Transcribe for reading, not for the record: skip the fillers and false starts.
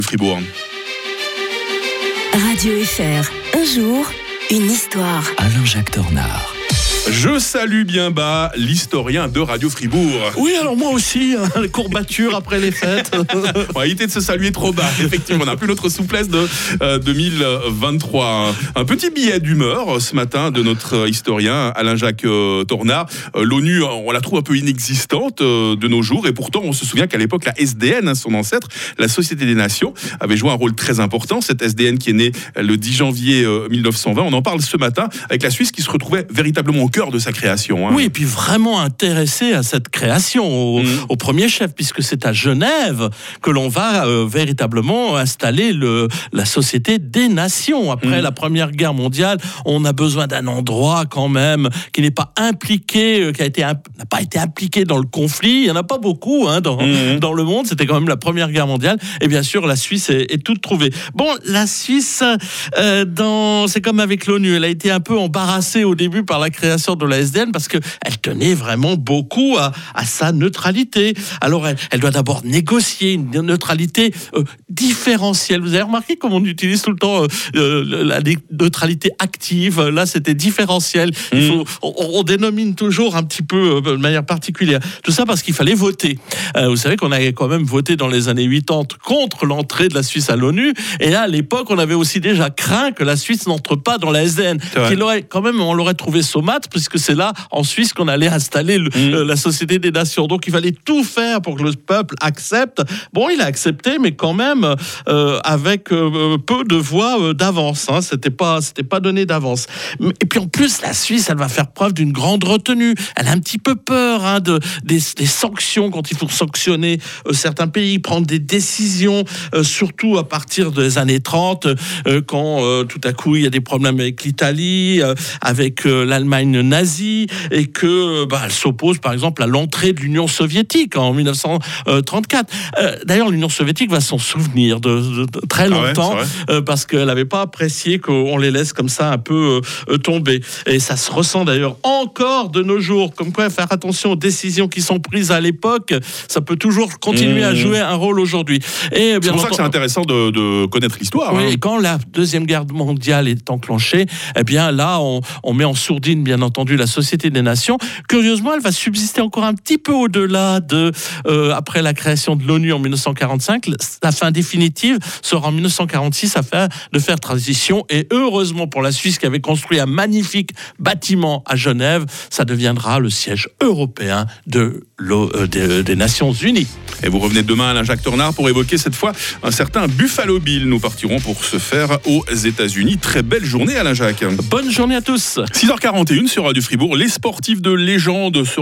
Fribourg. Radio FR, un jour, une histoire. Alain-Jacques Tornard. Je salue bien bas l'historien de Radio Fribourg. Oui, alors moi aussi, courbature après les fêtes. On va éviter de se saluer trop bas. Effectivement, on n'a plus notre souplesse de 2023. Un petit billet d'humeur ce matin de notre historien Alain-Jacques Tornard. L'ONU, on la trouve un peu inexistante de nos jours, et pourtant on se souvient qu'à l'époque la SDN, son ancêtre, la Société des Nations, avait joué un rôle très important. Cette SDN qui est née le 10 janvier 1920. On en parle ce matin avec la Suisse qui se retrouvait véritablement au cœur de sa création. Oui, et puis vraiment intéressé à cette création au premier chef, puisque c'est à Genève que l'on va véritablement installer la Société des Nations. Après la Première Guerre mondiale, on a besoin d'un endroit quand même qui n'est pas impliqué, n'a pas été impliqué dans le conflit. Il n'y en a pas beaucoup dans le monde. C'était quand même la Première Guerre mondiale. Et bien sûr, la Suisse est toute trouvée. Bon, la Suisse, c'est comme avec l'ONU. Elle a été un peu embarrassée au début par la création de la SDN parce qu'elle tenait vraiment beaucoup à sa neutralité. Alors, elle doit d'abord négocier une neutralité différentielle. Vous avez remarqué comme on utilise tout le temps la neutralité active. Là, c'était différentiel. On dénomine toujours un petit peu de manière particulière. Tout ça parce qu'il fallait voter. Vous savez qu'on avait quand même voté dans les années 80 contre l'entrée de la Suisse à l'ONU. Et là, à l'époque, on avait aussi déjà craint que la Suisse n'entre pas dans la SDN. On l'aurait trouvé saumâtre, puisque c'est là, en Suisse, qu'on allait installer la Société des Nations. Donc, il fallait tout faire pour que le peuple accepte. Bon, il a accepté, mais quand même avec peu de voix d'avance. C'était pas donné d'avance. Et puis, en plus, la Suisse, elle va faire preuve d'une grande retenue. Elle a un petit peu peur des sanctions, quand il faut sanctionner certains pays, prendre des décisions, surtout à partir des années 30, quand tout à coup, il y a des problèmes avec l'Italie, avec l'Allemagne nazie, et que elle s'oppose par exemple à l'entrée de l'Union soviétique en 1934. D'ailleurs, l'Union soviétique va s'en souvenir de très longtemps, parce qu'elle n'avait pas apprécié qu'on les laisse comme ça un peu tomber. Et ça se ressent d'ailleurs encore de nos jours, comme quoi faire attention aux décisions qui sont prises à l'époque, ça peut toujours continuer à jouer un rôle aujourd'hui. Et c'est pour ça que c'est intéressant de connaître l'histoire. Oui, et quand la Deuxième Guerre mondiale est enclenchée, eh bien là, on met en sourdine, bien entendu, la Société des Nations. Curieusement, elle va subsister encore un petit peu au-delà après la création de l'ONU en 1945. La fin définitive sera en 1946, afin de faire transition. Et heureusement pour la Suisse, qui avait construit un magnifique bâtiment à Genève, ça deviendra le siège européen des Nations Unies. Et vous revenez demain, Alain-Jacques Tornard, pour évoquer cette fois un certain Buffalo Bill. Nous partirons pour se faire aux États-Unis. Très belle journée, Alain-Jacques. Bonne journée à tous. 6h41 sur Radio Fribourg. Les sportifs de légende